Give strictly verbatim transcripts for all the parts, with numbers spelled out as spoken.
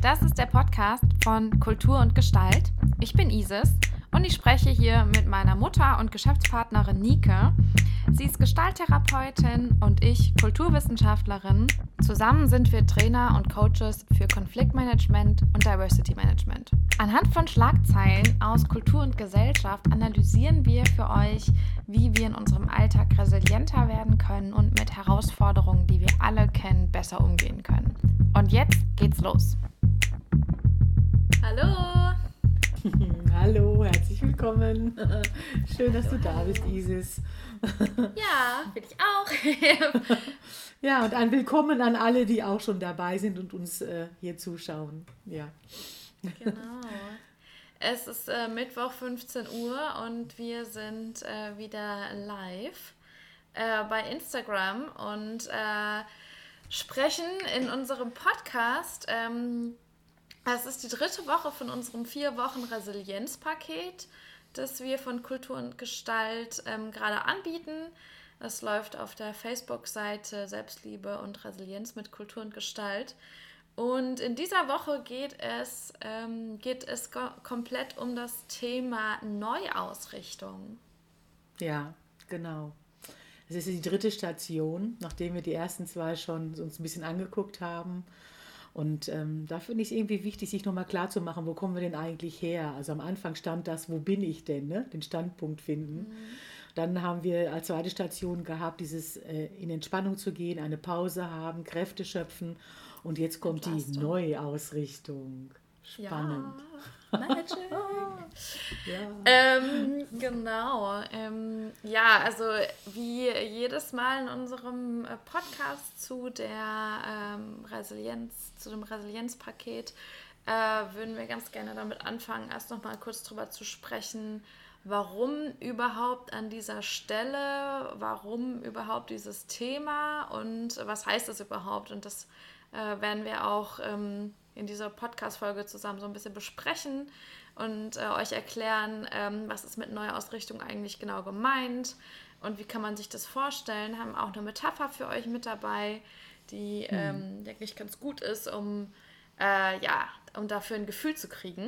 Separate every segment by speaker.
Speaker 1: Das ist der Podcast von Kultur und Gestalt. Ich bin Isis und ich spreche hier mit meiner Mutter und Geschäftspartnerin Nike. Sie ist Gestalttherapeutin und ich Kulturwissenschaftlerin. Zusammen sind wir Trainer und Coaches für Konfliktmanagement und Diversity Management. Anhand von Schlagzeilen aus Kultur und Gesellschaft analysieren wir für euch, wie wir in unserem Alltag resilienter werden können und mit Herausforderungen, die wir alle kennen, besser umgehen können. Und jetzt geht's los. Hallo!
Speaker 2: Hallo, herzlich willkommen. Schön, dass du da bist, Isis.
Speaker 1: Ja, bin ich auch.
Speaker 2: Ja, und ein Willkommen an alle, die auch schon dabei sind und uns äh, hier zuschauen. Ja.
Speaker 1: Genau. Es ist äh, Mittwoch fünfzehn Uhr und wir sind äh, wieder live äh, bei Instagram und äh, sprechen in unserem Podcast. Ähm, es ist die dritte Woche von unserem vier Wochen Resilienzpaket, das wir von Kultur und Gestalt ähm, gerade anbieten. Das läuft auf der Facebook-Seite Selbstliebe und Resilienz mit Kultur und Gestalt. Und in dieser Woche geht es, ähm, geht es go- komplett um das Thema Neuausrichtung.
Speaker 2: Ja, genau. Es ist die dritte Station, nachdem wir die ersten zwei schon uns ein bisschen angeguckt haben. Und ähm, da finde ich es irgendwie wichtig, sich nochmal klar zu machen, wo kommen wir denn eigentlich her? Also am Anfang stand das, wo bin ich denn, ne? Den Standpunkt finden. Mhm. Dann haben wir als zweite Station gehabt, dieses äh, in Entspannung zu gehen, eine Pause haben, Kräfte schöpfen. Und jetzt kommt die Neuausrichtung. Spannend.
Speaker 1: Ja, Magic. ja. Ähm, genau. Ähm, ja, also wie jedes Mal in unserem Podcast zu der ähm, Resilienz, zu dem Resilienzpaket, äh, würden wir ganz gerne damit anfangen, erst noch mal kurz drüber zu sprechen, warum überhaupt an dieser Stelle, warum überhaupt dieses Thema und was heißt das überhaupt? Und das äh, werden wir auch ähm, in dieser Podcast-Folge zusammen so ein bisschen besprechen und äh, euch erklären, ähm, was ist mit Neuausrichtung eigentlich genau gemeint und wie kann man sich das vorstellen. Haben auch eine Metapher für euch mit dabei, die, hm. ähm, denke ich, ganz gut ist, um, äh, ja, um dafür ein Gefühl zu kriegen.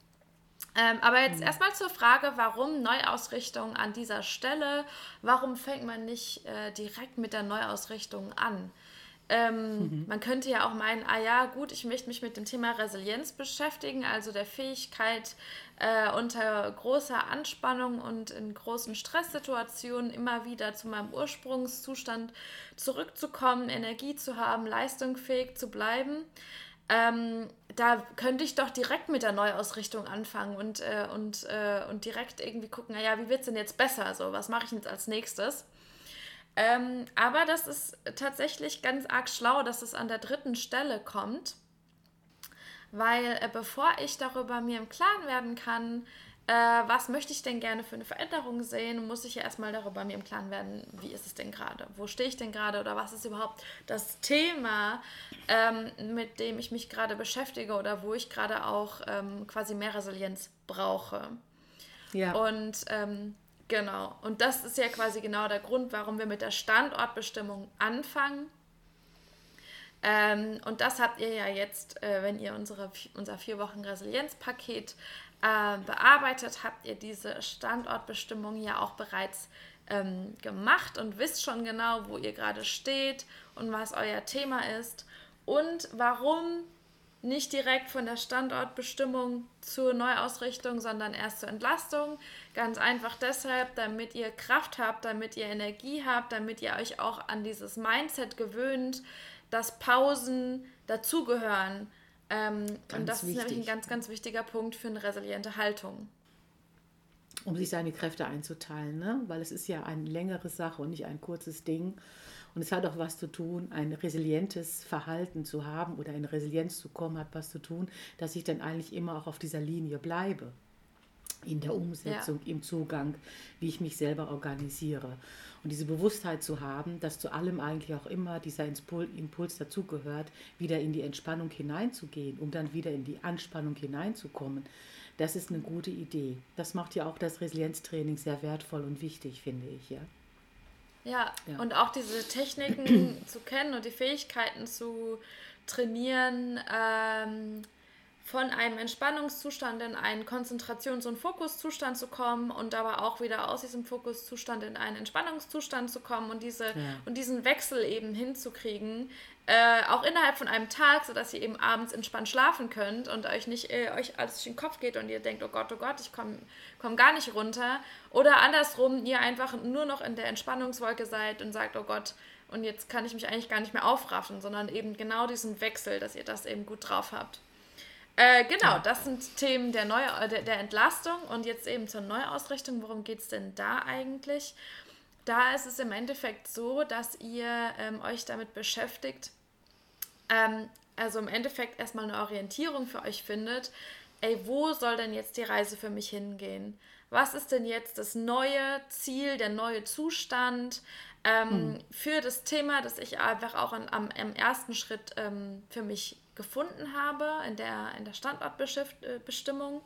Speaker 1: Ähm, aber jetzt mhm. erstmal zur Frage, warum Neuausrichtung an dieser Stelle? Warum fängt man nicht äh, direkt mit der Neuausrichtung an? Ähm, mhm. Man könnte ja auch meinen, ah ja, gut, ich möchte mich mit dem Thema Resilienz beschäftigen, also der Fähigkeit, äh, unter großer Anspannung und in großen Stresssituationen immer wieder zu meinem Ursprungszustand zurückzukommen, Energie zu haben, leistungsfähig zu bleiben. Ähm, da könnte ich doch direkt mit der Neuausrichtung anfangen und, äh, und, äh, und direkt irgendwie gucken, naja, wie wird es denn jetzt besser? So, was mache ich jetzt als nächstes? Ähm, aber das ist tatsächlich ganz arg schlau, dass es an der dritten Stelle kommt, weil äh, bevor ich darüber mir im Klaren werden kann, äh, was möchte ich denn gerne für eine Veränderung sehen, muss ich ja erstmal darüber mir im Klaren werden, wie ist es denn gerade, wo stehe ich denn gerade oder was ist überhaupt das Thema, ähm, mit dem ich mich gerade beschäftige oder wo ich gerade auch ähm, quasi mehr Resilienz brauche. Ja. Und ähm, genau, und das ist ja quasi genau der Grund, warum wir mit der Standortbestimmung anfangen. Ähm, und das habt ihr ja jetzt, äh, wenn ihr unsere, unser vier Wochen Resilienzpaket äh, bearbeitet, habt ihr diese Standortbestimmung ja auch bereits ähm, gemacht und wisst schon genau, wo ihr gerade steht und was euer Thema ist und warum nicht direkt von der Standortbestimmung zur Neuausrichtung, sondern erst zur Entlastung. Ganz einfach deshalb, damit ihr Kraft habt, damit ihr Energie habt, damit ihr euch auch an dieses Mindset gewöhnt, dass Pausen dazugehören. Ähm, und das wichtig. Ist nämlich ein ganz, ganz wichtiger Punkt für eine resiliente Haltung.
Speaker 2: Um sich seine Kräfte einzuteilen, ne? Weil es ist ja eine längere Sache und nicht ein kurzes Ding. Und es hat auch was zu tun, ein resilientes Verhalten zu haben oder in Resilienz zu kommen, hat was zu tun, dass ich dann eigentlich immer auch auf dieser Linie bleibe. In der Umsetzung, ja. Im Zugang, wie ich mich selber organisiere. Und diese Bewusstheit zu haben, dass zu allem eigentlich auch immer dieser Impuls dazugehört, wieder in die Entspannung hineinzugehen, um dann wieder in die Anspannung hineinzukommen, das ist eine gute Idee. Das macht ja auch das Resilienztraining sehr wertvoll und wichtig, finde ich, ja.
Speaker 1: Ja, ja. Und auch diese Techniken zu kennen und die Fähigkeiten zu trainieren, ähm, von einem Entspannungszustand in einen Konzentrations- und Fokuszustand zu kommen und aber auch wieder aus diesem Fokuszustand in einen Entspannungszustand zu kommen und, diese,
Speaker 2: Ja.
Speaker 1: und diesen Wechsel eben hinzukriegen, äh, auch innerhalb von einem Tag, sodass ihr eben abends entspannt schlafen könnt und euch nicht äh, euch alles durch den Kopf geht und ihr denkt, oh Gott, oh Gott, ich komme komm gar nicht runter. Oder andersrum, ihr einfach nur noch in der Entspannungswolke seid und sagt, oh Gott, und jetzt kann ich mich eigentlich gar nicht mehr aufraffen, sondern eben genau diesen Wechsel, dass ihr das eben gut drauf habt. Äh, genau, das sind Themen der, Neu der, der Entlastung und jetzt eben zur Neuausrichtung. Worum geht es denn da eigentlich? Da ist es im Endeffekt so, dass ihr ähm, euch damit beschäftigt, ähm, also im Endeffekt erstmal eine Orientierung für euch findet, ey, wo soll denn jetzt die Reise für mich hingehen? Was ist denn jetzt das neue Ziel, der neue Zustand ähm, hm. für das Thema, das ich einfach auch an, am, am ersten Schritt ähm, für mich gefunden habe, in der, in der Standortbestimmung.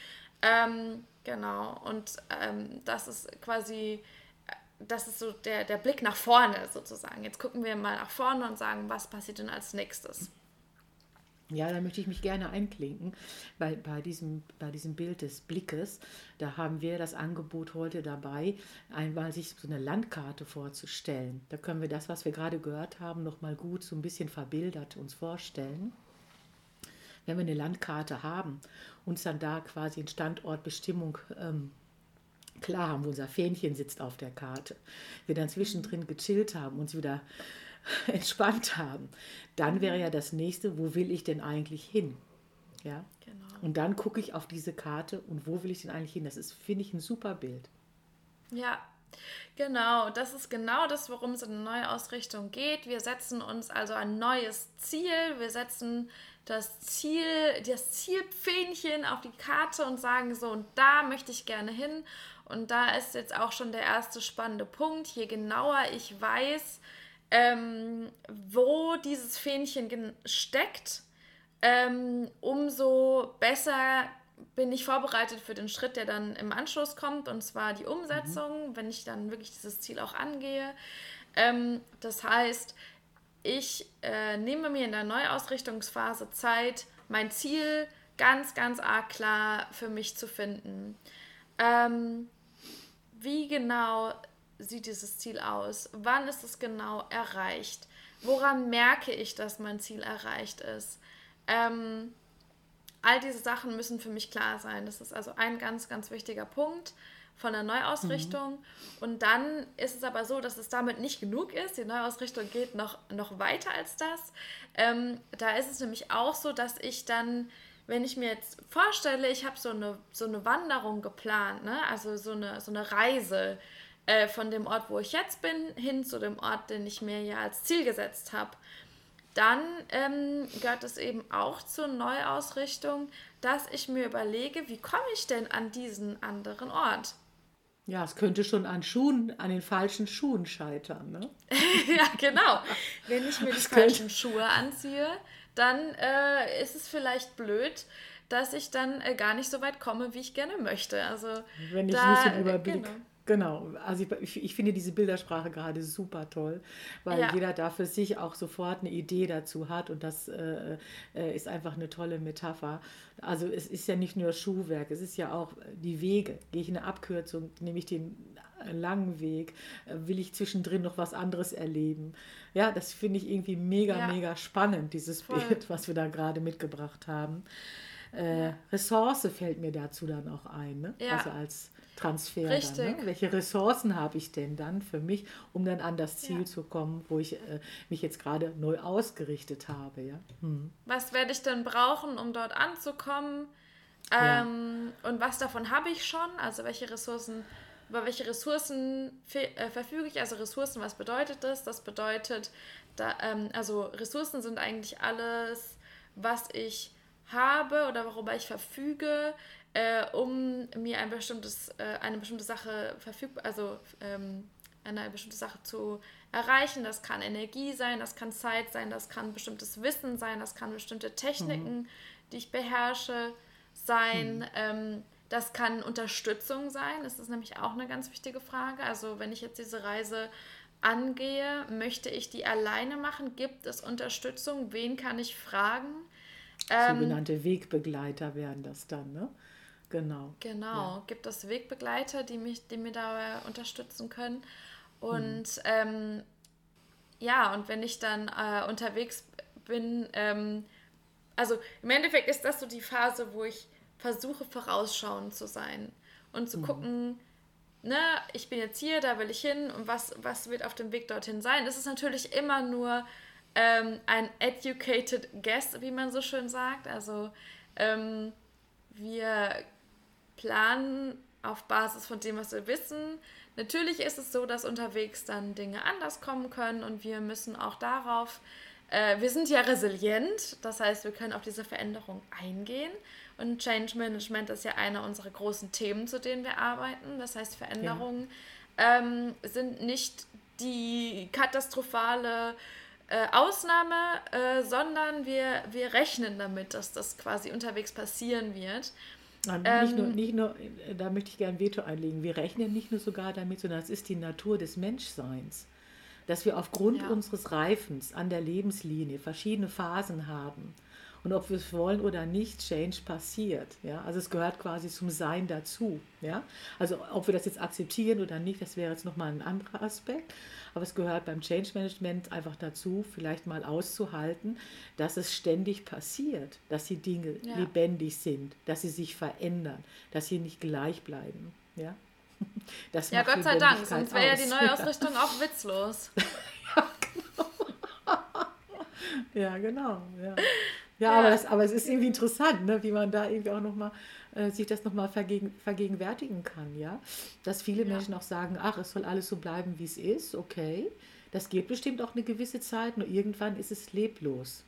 Speaker 1: Ähm, genau, und ähm, das ist quasi, das ist so der, der Blick nach vorne sozusagen. Jetzt gucken wir mal nach vorne und sagen, was passiert denn als nächstes?
Speaker 2: Ja, da möchte ich mich gerne einklinken, weil bei diesem, bei diesem Bild des Blickes, da haben wir das Angebot heute dabei, einmal sich so eine Landkarte vorzustellen. Da können wir das, was wir gerade gehört haben, nochmal gut so ein bisschen verbildert uns vorstellen. Wenn wir eine Landkarte haben, uns dann da quasi in Standortbestimmung ähm, klar haben, wo unser Fähnchen sitzt auf der Karte, wir dann zwischendrin gechillt haben, uns wieder entspannt haben, dann wäre ja das nächste, wo will ich denn eigentlich hin? Ja?
Speaker 1: Genau.
Speaker 2: Und dann gucke ich auf diese Karte und wo will ich denn eigentlich hin? Das ist, finde ich, ein super Bild.
Speaker 1: Ja, genau. Das ist genau das, worum es in der Neuausrichtung geht. Wir setzen uns also ein neues Ziel. Wir setzen das Ziel, das Zielpfähnchen auf die Karte und sagen so, und da möchte ich gerne hin. Und da ist jetzt auch schon der erste spannende Punkt. Je genauer ich weiß, Ähm, wo dieses Fähnchen steckt, ähm, umso besser bin ich vorbereitet für den Schritt, der dann im Anschluss kommt, und zwar die Umsetzung, mhm. wenn ich dann wirklich dieses Ziel auch angehe. Ähm, das heißt, ich äh, nehme mir in der Neuausrichtungsphase Zeit, mein Ziel ganz, ganz arg klar für mich zu finden. Ähm, wie genau sieht dieses Ziel aus? Wann ist es genau erreicht? Woran merke ich, dass mein Ziel erreicht ist? Ähm, all diese Sachen müssen für mich klar sein. Das ist also ein ganz, ganz wichtiger Punkt von der Neuausrichtung. Mhm. Und dann ist es aber so, dass es damit nicht genug ist. Die Neuausrichtung geht noch, noch weiter als das. Ähm, da ist es nämlich auch so, dass ich dann, wenn ich mir jetzt vorstelle, ich habe so eine, so eine Wanderung geplant, ne? Also so eine, so eine Reise, Äh, von dem Ort, wo ich jetzt bin, hin zu dem Ort, den ich mir ja als Ziel gesetzt habe, dann ähm, gehört es eben auch zur Neuausrichtung, dass ich mir überlege, wie komme ich denn an diesen anderen Ort?
Speaker 2: Ja, es könnte schon an Schuhen, an den falschen Schuhen scheitern, ne?
Speaker 1: Ja, genau. Wenn ich mir die falschen Schuhe anziehe, dann äh, ist es vielleicht blöd, dass ich dann äh, gar nicht so weit komme, wie ich gerne möchte. Also
Speaker 2: wenn ich
Speaker 1: da,
Speaker 2: nicht den Überblick...
Speaker 1: Genau.
Speaker 2: Genau, also ich, ich finde diese Bildersprache gerade super toll, weil
Speaker 1: Ja.
Speaker 2: jeder da für sich auch sofort eine Idee dazu hat und das äh, äh, ist einfach eine tolle Metapher. Also es ist ja nicht nur Schuhwerk, es ist ja auch die Wege. Gehe ich eine Abkürzung, nehme ich den langen Weg, äh, will ich zwischendrin noch was anderes erleben. Ja, das finde ich irgendwie mega, ja. mega spannend, dieses Voll. Bild, was wir da gerade mitgebracht haben. Äh, ja. Ressource fällt mir dazu dann auch ein, ne? Ja. Also als Transfer dann, ne? Welche Ressourcen habe ich denn dann für mich, um dann an das Ziel ja. zu kommen, wo ich äh, mich jetzt gerade neu ausgerichtet habe, ja? Hm.
Speaker 1: Was werde ich denn brauchen, um dort anzukommen? Ähm, ja. Und was davon habe ich schon? Also welche Ressourcen, über welche Ressourcen fe- äh, verfüge ich? Also Ressourcen, was bedeutet das? Das bedeutet, da, ähm, also Ressourcen sind eigentlich alles, was ich habe oder worüber ich verfüge, äh, um mir ein bestimmtes, äh, eine bestimmte Sache verfügbar, also ähm, eine bestimmte Sache zu erreichen. Das kann Energie sein, das kann Zeit sein, das kann bestimmtes Wissen sein, das kann bestimmte Techniken, mhm. die ich beherrsche, sein. Mhm. Ähm, das kann Unterstützung sein. Das ist nämlich auch eine ganz wichtige Frage. Also wenn ich jetzt diese Reise angehe, möchte ich die alleine machen? Gibt es Unterstützung? Wen kann ich fragen? Ähm,
Speaker 2: Sogenannte Wegbegleiter werden das dann, ne? Genau.
Speaker 1: Genau,
Speaker 2: Ja.
Speaker 1: gibt es Wegbegleiter, die mich, die mir dabei unterstützen können. Und mhm. ähm, ja, und wenn ich dann äh, unterwegs bin, ähm, also im Endeffekt ist das so die Phase, wo ich versuche, vorausschauend zu sein und zu mhm. gucken, ne, ich bin jetzt hier, da will ich hin und was, was wird auf dem Weg dorthin sein. Es ist natürlich immer nur ähm, ein educated guess, wie man so schön sagt. Also ähm, wir planen auf Basis von dem, was wir wissen. Natürlich ist es so, dass unterwegs dann Dinge anders kommen können und wir müssen auch darauf, äh, wir sind ja resilient, das heißt, wir können auf diese Veränderung eingehen und Change Management ist ja einer unserer großen Themen, zu denen wir arbeiten. Das heißt, Veränderungen ja. ähm, sind nicht die katastrophale äh, Ausnahme, äh, sondern wir, wir rechnen damit, dass das quasi unterwegs passieren wird.
Speaker 2: Nicht, ähm, nur, nicht nur, da möchte ich gerne ein Veto einlegen, wir rechnen nicht nur sogar damit, sondern es ist die Natur des Menschseins, dass wir aufgrund ja. unseres Reifens an der Lebenslinie verschiedene Phasen haben. Und ob wir es wollen oder nicht, Change passiert. Ja? Also es gehört quasi zum Sein dazu. Ja? Also ob wir das jetzt akzeptieren oder nicht, das wäre jetzt nochmal ein anderer Aspekt. Aber es gehört beim Change Management einfach dazu, vielleicht mal auszuhalten, dass es ständig passiert, dass die Dinge ja. lebendig sind, dass sie sich verändern, dass sie nicht gleich bleiben. Ja, das
Speaker 1: ja Gott sei Dank, sonst wäre ja die Neuausrichtung ja. auch witzlos.
Speaker 2: ja, genau. ja, genau. Ja. Ja, ja. Aber, das, aber es ist irgendwie interessant, ne, wie man da irgendwie auch nochmal äh, sich das nochmal vergegen, vergegenwärtigen kann, ja. Dass viele ja. Menschen auch sagen, ach, es soll alles so bleiben, wie es ist, okay. Das geht bestimmt auch eine gewisse Zeit, nur irgendwann ist es leblos.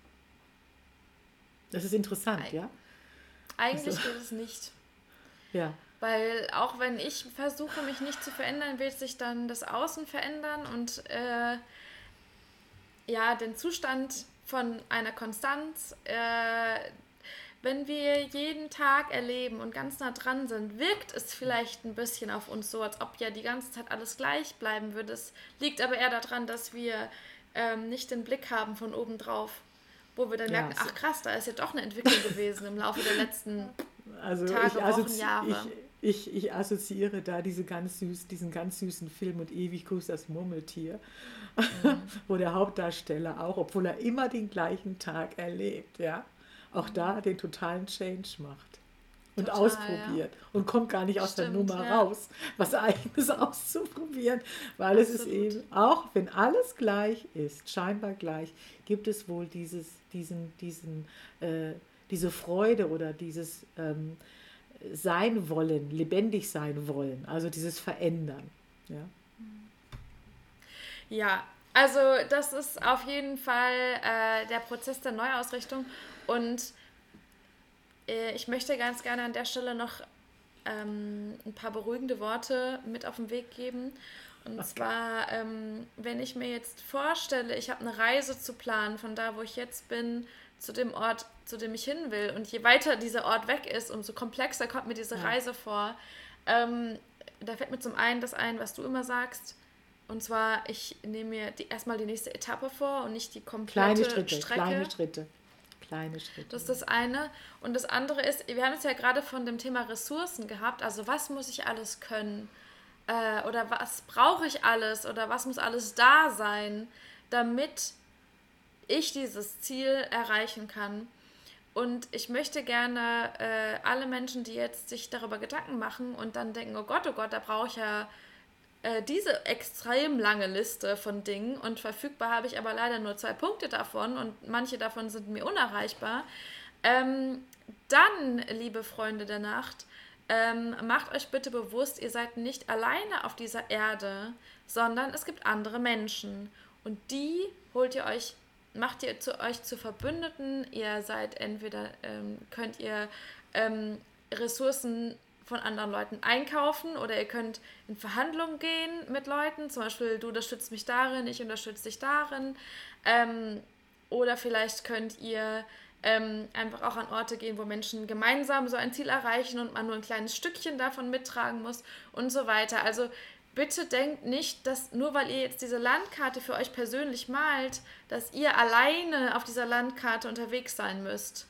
Speaker 2: Das ist interessant, Eig- ja.
Speaker 1: Eigentlich also, geht es nicht.
Speaker 2: Ja.
Speaker 1: Weil auch wenn ich versuche, mich nicht zu verändern, wird sich dann das Außen verändern und äh, ja, den Zustand von einer Konstanz, äh, wenn wir jeden Tag erleben und ganz nah dran sind, wirkt es vielleicht ein bisschen auf uns so, als ob ja die ganze Zeit alles gleich bleiben würde. Es liegt aber eher daran, dass wir ähm, nicht den Blick haben von oben drauf, wo wir dann ja, merken, ach krass, da ist ja doch eine Entwicklung gewesen im Laufe der letzten
Speaker 2: also
Speaker 1: Tage,
Speaker 2: ich
Speaker 1: Wochen, Jahre.
Speaker 2: Ich, ich, ich assoziiere da diese ganz süß, diesen ganz süßen Film und ewig grüßt das Murmeltier, mhm. wo der Hauptdarsteller auch, obwohl er immer den gleichen Tag erlebt, ja, auch mhm. da den totalen Change macht und Total, ausprobiert ja. und kommt gar nicht aus Stimmt, der Nummer ja. raus, was Eigenes auszuprobieren, weil Absolut. Es ist eben, auch wenn alles gleich ist, scheinbar gleich, gibt es wohl dieses, diesen, diesen, äh, diese Freude oder dieses ähm, sein wollen, lebendig sein wollen, also dieses Verändern. Ja,
Speaker 1: ja also das ist auf jeden Fall äh, der Prozess der Neuausrichtung und äh, ich möchte ganz gerne an der Stelle noch ähm, ein paar beruhigende Worte mit auf den Weg geben. Und okay. zwar, ähm, wenn ich mir jetzt vorstelle, ich habe eine Reise zu planen von da, wo ich jetzt bin, zu dem Ort, zu dem ich hin will. Und je weiter dieser Ort weg ist, umso komplexer kommt mir diese ja. Reise vor. Ähm, da fällt mir zum einen das ein, was du immer sagst. Und zwar, ich nehme mir die, erstmal die nächste Etappe vor und nicht die komplette
Speaker 2: kleine Schritte,
Speaker 1: Strecke.
Speaker 2: Kleine Schritte, kleine Schritte.
Speaker 1: Das ist das eine. Und das andere ist, wir haben es ja gerade von dem Thema Ressourcen gehabt. Also was muss ich alles können? Äh, oder was brauche ich alles? Oder was muss alles da sein, damit ich dieses Ziel erreichen kann. Und ich möchte gerne äh, alle Menschen, die jetzt sich darüber Gedanken machen und dann denken, oh Gott, oh Gott, da brauche ich ja äh, diese extrem lange Liste von Dingen und verfügbar habe ich aber leider nur zwei Punkte davon und manche davon sind mir unerreichbar. Ähm, dann, liebe Freunde der Nacht, ähm, macht euch bitte bewusst, ihr seid nicht alleine auf dieser Erde, sondern es gibt andere Menschen und die holt ihr euch macht ihr zu euch zu Verbündeten, ihr seid entweder, ähm, könnt ihr ähm, Ressourcen von anderen Leuten einkaufen oder ihr könnt in Verhandlungen gehen mit Leuten, zum Beispiel du unterstützt mich darin, ich unterstütze dich darin ähm, oder vielleicht könnt ihr ähm, einfach auch an Orte gehen, wo Menschen gemeinsam so ein Ziel erreichen und man nur ein kleines Stückchen davon mittragen muss und so weiter. Also bitte denkt nicht, dass nur weil ihr jetzt diese Landkarte für euch persönlich malt, dass ihr alleine auf dieser Landkarte unterwegs sein müsst.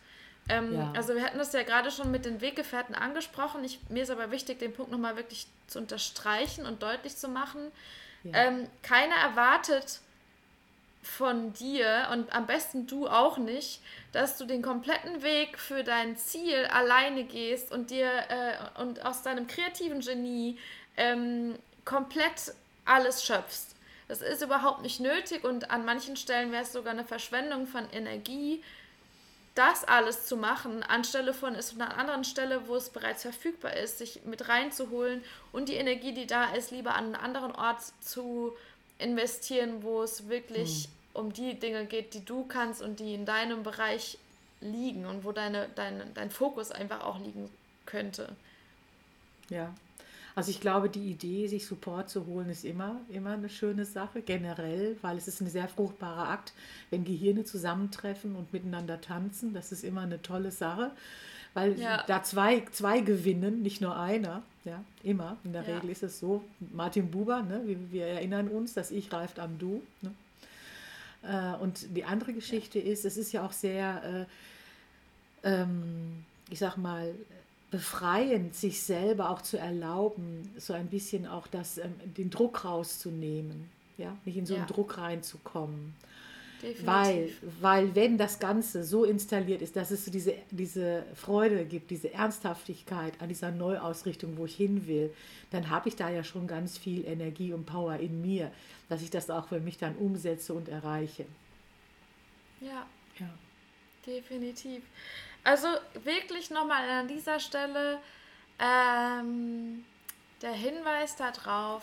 Speaker 1: Ähm,
Speaker 2: Ja.
Speaker 1: Also wir hatten das ja gerade schon mit den Weggefährten angesprochen. Ich, mir ist aber wichtig, den Punkt nochmal wirklich zu unterstreichen und deutlich zu machen.
Speaker 2: Ja.
Speaker 1: Ähm, keiner erwartet von dir und am besten du auch nicht, dass du den kompletten Weg für dein Ziel alleine gehst und dir äh, und aus deinem kreativen Genie ähm, komplett alles schöpfst. Das ist überhaupt nicht nötig und an manchen Stellen wäre es sogar eine Verschwendung von Energie, das alles zu machen, anstelle von ist an einer anderen Stelle, wo es bereits verfügbar ist, sich mit reinzuholen und die Energie, die da ist, lieber an einen anderen Ort zu investieren, wo es wirklich hm. um die Dinge geht, die du kannst und die in deinem Bereich liegen und wo deine, dein, dein Fokus einfach auch liegen könnte.
Speaker 2: Ja, also ich glaube, die Idee, sich Support zu holen, ist immer, immer eine schöne Sache, generell, weil es ist ein sehr fruchtbarer Akt, wenn Gehirne zusammentreffen und miteinander tanzen. Das ist immer eine tolle Sache, weil ja. da zwei, zwei gewinnen, nicht nur einer. Ja, immer. In der ja. Regel ist es so. Martin Buber, ne, wir, wir erinnern uns, das Ich reift am Du. Ne? Äh, und die andere Geschichte ja. ist, es ist ja auch sehr, äh, ähm, ich sag mal, befreiend, sich selber auch zu erlauben, so ein bisschen auch das, ähm, den Druck rauszunehmen, ja, nicht in so einen ja. Druck reinzukommen. Definitiv. Weil, weil wenn das Ganze so installiert ist, dass es so diese, diese Freude gibt, diese Ernsthaftigkeit an dieser Neuausrichtung, wo ich hin will, dann habe ich da ja schon ganz viel Energie und Power in mir, dass ich das auch für mich dann umsetze und erreiche.
Speaker 1: Ja, ja. Definitiv. Also wirklich nochmal an dieser Stelle ähm, der Hinweis darauf,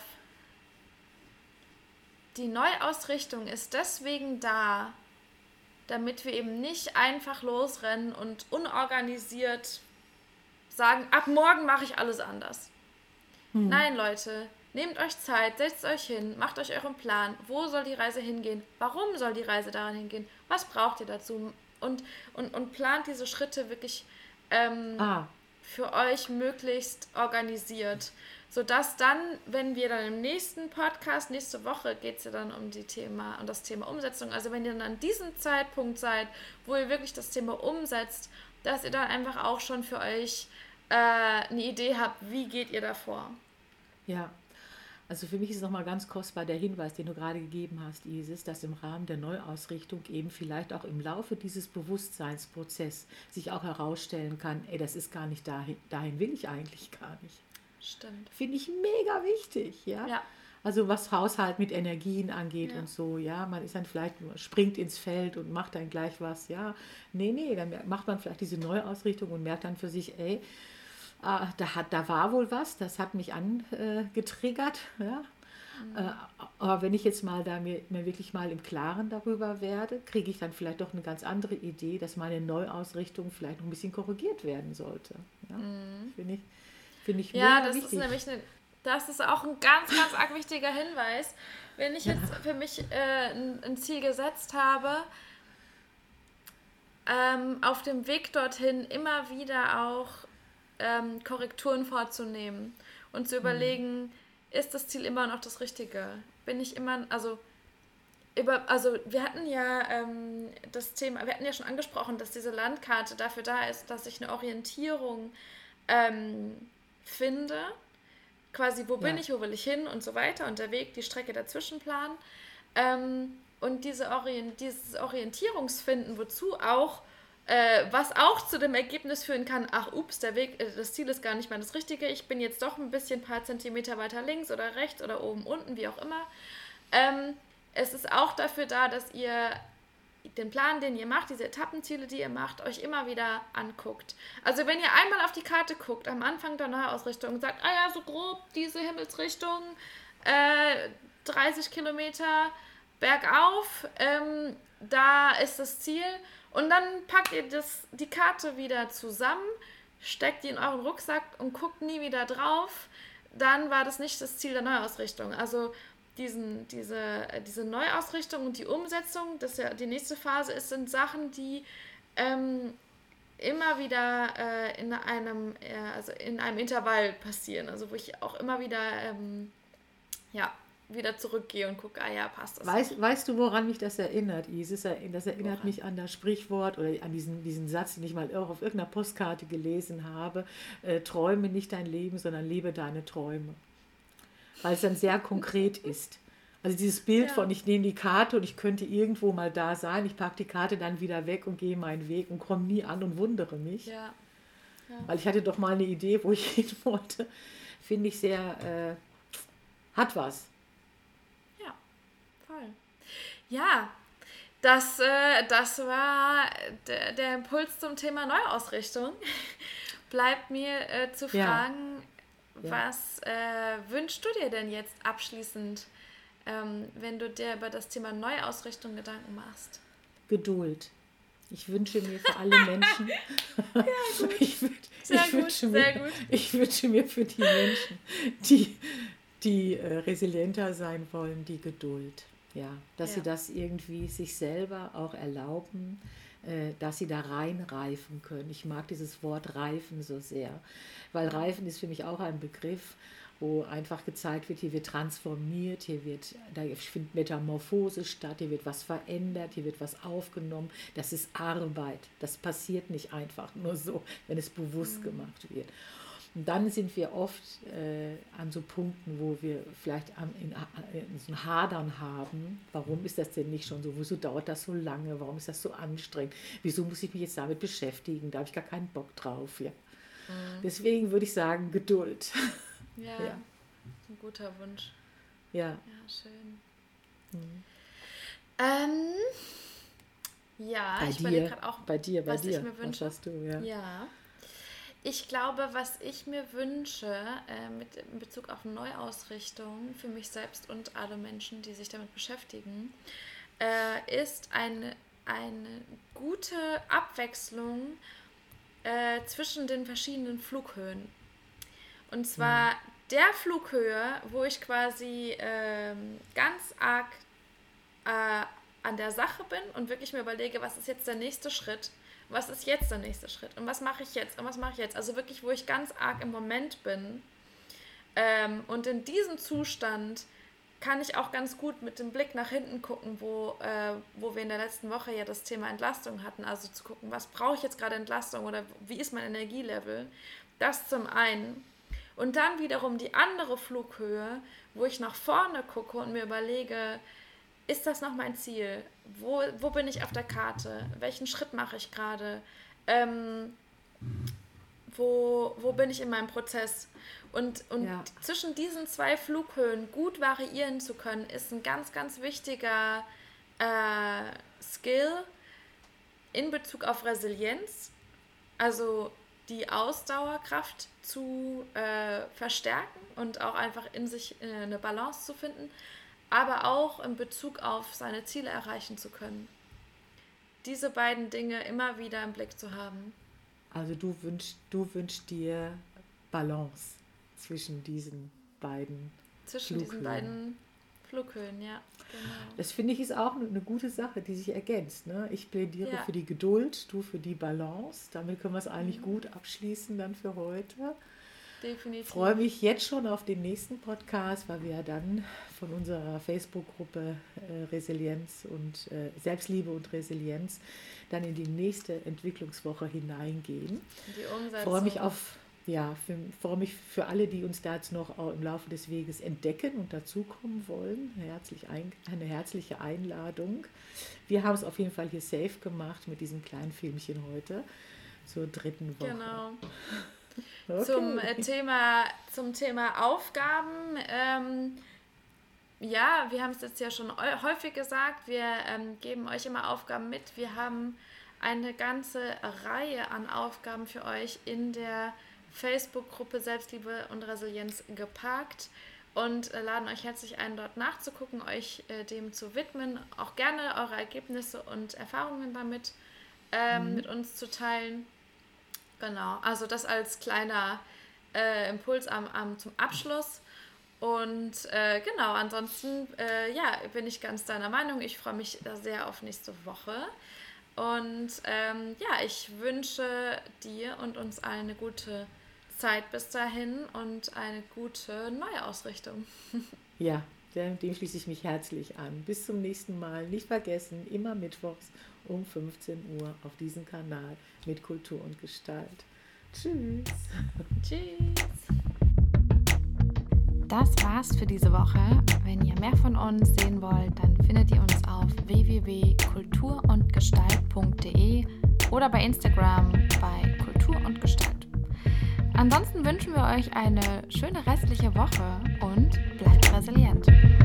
Speaker 1: die Neuausrichtung ist deswegen da, damit wir eben nicht einfach losrennen und unorganisiert sagen, ab morgen mache ich alles anders. Hm. Nein, Leute, nehmt euch Zeit, setzt euch hin, macht euch euren Plan. Wo soll die Reise hingehen? Warum soll die Reise daran hingehen? Was braucht ihr dazu? Und, und, und plant diese Schritte wirklich ähm, ah. für euch möglichst organisiert. Sodass dann, wenn wir dann im nächsten Podcast, nächste Woche geht es ja dann um, die Thema, um das Thema Umsetzung, also wenn ihr dann an diesem Zeitpunkt seid, wo ihr wirklich das Thema umsetzt, dass ihr dann einfach auch schon für euch äh, eine Idee habt, wie geht ihr da vor.
Speaker 2: Ja. Also für mich ist nochmal ganz kostbar der Hinweis, den du gerade gegeben hast, Isis, dass im Rahmen der Neuausrichtung eben vielleicht auch im Laufe dieses Bewusstseinsprozesses sich auch herausstellen kann, ey, das ist gar nicht dahin, dahin will ich eigentlich gar nicht.
Speaker 1: Stimmt.
Speaker 2: Finde ich mega wichtig, ja.
Speaker 1: ja.
Speaker 2: Also was Haushalt mit Energien angeht
Speaker 1: ja.
Speaker 2: und so, ja, man ist dann vielleicht, springt ins Feld und macht dann gleich was, ja. Nee, nee, dann macht man vielleicht diese Neuausrichtung und merkt dann für sich, ey, Ah, da, hat, da war wohl was, das hat mich angetriggert. Äh, ja. mhm. äh, aber wenn ich jetzt mal da mir, mir wirklich mal im Klaren darüber werde, kriege ich dann vielleicht doch eine ganz andere Idee, dass meine Neuausrichtung vielleicht noch ein bisschen korrigiert werden sollte. Ja? Mhm. Finde ich, find ich
Speaker 1: ja,
Speaker 2: mega
Speaker 1: das
Speaker 2: wichtig.
Speaker 1: ist nämlich eine, das ist auch ein ganz, ganz arg wichtiger Hinweis. Wenn ich jetzt ja. für mich äh, ein, ein Ziel gesetzt habe, ähm, auf dem Weg dorthin immer wieder auch Ähm, Korrekturen vorzunehmen und zu überlegen, mhm. ist das Ziel immer noch das Richtige? Bin ich immer, also über, also wir hatten ja ähm, das Thema, wir hatten ja schon angesprochen, dass diese Landkarte dafür da ist, dass ich eine Orientierung ähm, finde, quasi wo ja. bin ich, wo will ich hin und so weiter und der Weg, die Strecke dazwischen planen ähm, und diese Orient, dieses Orientierungsfinden, wozu auch Äh, was auch zu dem Ergebnis führen kann, ach ups, der Weg, äh, das Ziel ist gar nicht mehr das Richtige, ich bin jetzt doch ein bisschen ein paar Zentimeter weiter links oder rechts oder oben, unten, wie auch immer. Ähm, es ist auch dafür da, dass ihr den Plan, den ihr macht, diese Etappenziele, die ihr macht, euch immer wieder anguckt. Also wenn ihr einmal auf die Karte guckt, am Anfang der Neuausrichtung, sagt, ah ja, so grob diese Himmelsrichtung, äh, dreißig Kilometer bergauf, ähm, da ist das Ziel. Und dann packt ihr das, die Karte wieder zusammen, steckt die in euren Rucksack und guckt nie wieder drauf. Dann war das nicht das Ziel der Neuausrichtung. Also diesen, diese, diese Neuausrichtung und die Umsetzung, das ja die nächste Phase ist, sind Sachen, die ähm, immer wieder äh, in einem, äh, also in einem Intervall passieren. Also wo ich auch immer wieder ähm, ja, wieder zurückgehe und gucke, ah ja, passt das.
Speaker 2: Weißt, weißt du, woran mich das erinnert, Isis? Das erinnert
Speaker 1: Woran?
Speaker 2: mich an das Sprichwort oder an diesen, diesen Satz, den ich mal auf irgendeiner Postkarte gelesen habe. Äh, träume nicht dein Leben, sondern lebe deine Träume. Weil es dann sehr konkret ist. Also dieses Bild
Speaker 1: Ja.
Speaker 2: von, ich nehme die Karte und ich könnte irgendwo mal da sein, ich packe die Karte dann wieder weg und gehe meinen Weg und komme nie an und wundere mich.
Speaker 1: Ja. Ja.
Speaker 2: Weil ich hatte doch mal eine Idee, wo ich hin wollte. Finde ich sehr, äh, hat was.
Speaker 1: Ja, voll. Ja, das, äh, das war der, der Impuls zum Thema Neuausrichtung. Bleibt mir äh, zu
Speaker 2: Ja.
Speaker 1: fragen,
Speaker 2: Ja.
Speaker 1: was äh, wünschst du dir denn jetzt abschließend, ähm, wenn du dir über das Thema Neuausrichtung Gedanken machst?
Speaker 2: Geduld. Ich wünsche mir für alle Menschen,
Speaker 1: Ja, gut.
Speaker 2: ich, wün-
Speaker 1: Sehr
Speaker 2: ich,
Speaker 1: gut,
Speaker 2: wünsche
Speaker 1: sehr
Speaker 2: mir,
Speaker 1: gut.
Speaker 2: ich wünsche mir für die Menschen, die, die äh, resilienter sein wollen, die Geduld. Ja, dass
Speaker 1: Ja.
Speaker 2: sie das irgendwie sich selber auch erlauben, äh, dass sie da reinreifen können. Ich mag dieses Wort reifen so sehr, weil reifen ist für mich auch ein Begriff, wo einfach gezeigt wird, hier wird transformiert, hier wird, da findet Metamorphose statt, hier wird was verändert, hier wird was aufgenommen. Das ist Arbeit. Das passiert nicht einfach nur so, wenn es bewusst
Speaker 1: Mhm.
Speaker 2: gemacht wird. Und dann sind wir oft äh, an so Punkten, wo wir vielleicht am, in, in so ein Hadern haben. Warum ist das denn nicht schon so? Wieso dauert das so lange? Warum ist das so anstrengend? Wieso muss ich mich jetzt damit beschäftigen? Da habe ich gar keinen Bock drauf. Ja.
Speaker 1: Mhm.
Speaker 2: Deswegen würde ich sagen, Geduld.
Speaker 1: Ja,
Speaker 2: Ja.
Speaker 1: ein guter Wunsch.
Speaker 2: Ja.
Speaker 1: Ja, schön.
Speaker 2: Mhm.
Speaker 1: Ähm, ja,
Speaker 2: Bei
Speaker 1: ich überlege
Speaker 2: dir,
Speaker 1: gerade auch,
Speaker 2: bei dir, bei
Speaker 1: was
Speaker 2: dir.
Speaker 1: ich mir
Speaker 2: Was
Speaker 1: wünsche.
Speaker 2: hast du? Ja.
Speaker 1: Ja, ich glaube, was ich mir wünsche äh, mit, in Bezug auf Neuausrichtung für mich selbst und alle Menschen, die sich damit beschäftigen, äh, ist eine, eine gute Abwechslung äh, zwischen den verschiedenen Flughöhen. Und zwar der Flughöhe, wo ich quasi ähm, ganz arg äh, an der Sache bin und wirklich mir überlege, was ist jetzt der nächste Schritt? Was ist jetzt der nächste Schritt? Und was mache ich jetzt? Und was mache ich jetzt? Also wirklich, wo ich ganz arg im Moment bin. Ähm, und in diesem Zustand kann ich auch ganz gut mit dem Blick nach hinten gucken, wo, äh, wo wir in der letzten Woche ja das Thema Entlastung hatten. Also zu gucken, was brauche ich jetzt gerade Entlastung oder wie ist mein Energielevel? Das zum einen. Und dann wiederum die andere Flughöhe, wo ich nach vorne gucke und mir überlege, ist das noch mein Ziel? Wo, wo bin ich auf der Karte? Welchen Schritt mache ich gerade? Ähm, wo, wo bin ich in meinem Prozess? Und, und
Speaker 2: Ja.
Speaker 1: zwischen diesen zwei Flughöhen gut variieren zu können, ist ein ganz, ganz wichtiger äh, Skill in Bezug auf Resilienz. Also die Ausdauerkraft zu äh, verstärken und auch einfach in sich äh, eine Balance zu finden, aber auch in Bezug auf seine Ziele erreichen zu können. Diese beiden Dinge immer wieder im Blick zu haben.
Speaker 2: Also du wünschst, du wünschst dir Balance zwischen diesen beiden
Speaker 1: Zwischen diesen
Speaker 2: Flughöhen.
Speaker 1: beiden Flughöhen, ja, genau.
Speaker 2: Das finde ich ist auch eine gute Sache, die sich ergänzt. Ne? Ich plädiere
Speaker 1: Ja.
Speaker 2: für die Geduld, du für die Balance. Damit können wir es eigentlich
Speaker 1: Mhm.
Speaker 2: gut abschließen dann für heute.
Speaker 1: Definitiv.
Speaker 2: Ich freue mich jetzt schon auf den nächsten Podcast, weil wir ja dann von unserer Facebook-Gruppe äh, Resilienz und äh, Selbstliebe und Resilienz dann in die nächste Entwicklungswoche hineingehen.
Speaker 1: Die Umsetzung.
Speaker 2: Ich freue mich auf, ja, für, freue mich für alle, die uns da jetzt noch im Laufe des Weges entdecken und dazukommen wollen. Herzlich ein, eine herzliche Einladung. Wir haben es auf jeden Fall hier safe gemacht mit diesem kleinen Filmchen heute zur dritten Woche.
Speaker 1: Genau.
Speaker 2: Okay.
Speaker 1: Zum, äh, Thema, zum Thema Aufgaben. Ähm, ja, wir haben es jetzt ja schon eu- häufig gesagt, wir ähm, geben euch immer Aufgaben mit. Wir haben eine ganze Reihe an Aufgaben für euch in der Facebook-Gruppe Selbstliebe und Resilienz geparkt und äh, laden euch herzlich ein, dort nachzugucken, euch äh, dem zu widmen, auch gerne eure Ergebnisse und Erfahrungen damit ähm,
Speaker 2: Mhm.
Speaker 1: mit uns zu teilen. Genau, also das als kleiner äh, Impuls am, am, zum Abschluss. Und äh, genau, ansonsten äh, ja, bin ich ganz deiner Meinung. Ich freue mich da sehr auf nächste Woche. Und ähm, ja, ich wünsche dir und uns allen eine gute Zeit bis dahin und eine gute Neuausrichtung.
Speaker 2: Ja, dem, dem schließe ich mich herzlich an. Bis zum nächsten Mal. Nicht vergessen, immer mittwochs um fünfzehn Uhr auf diesem Kanal mit Kultur und Gestalt. Tschüss.
Speaker 1: Tschüss. Das war's für diese Woche. Wenn ihr mehr von uns sehen wollt, dann findet ihr uns auf w w w punkt kultur und gestalt punkt d e oder bei Instagram bei Kultur und Gestalt. Ansonsten wünschen wir euch eine schöne restliche Woche und bleibt resilient.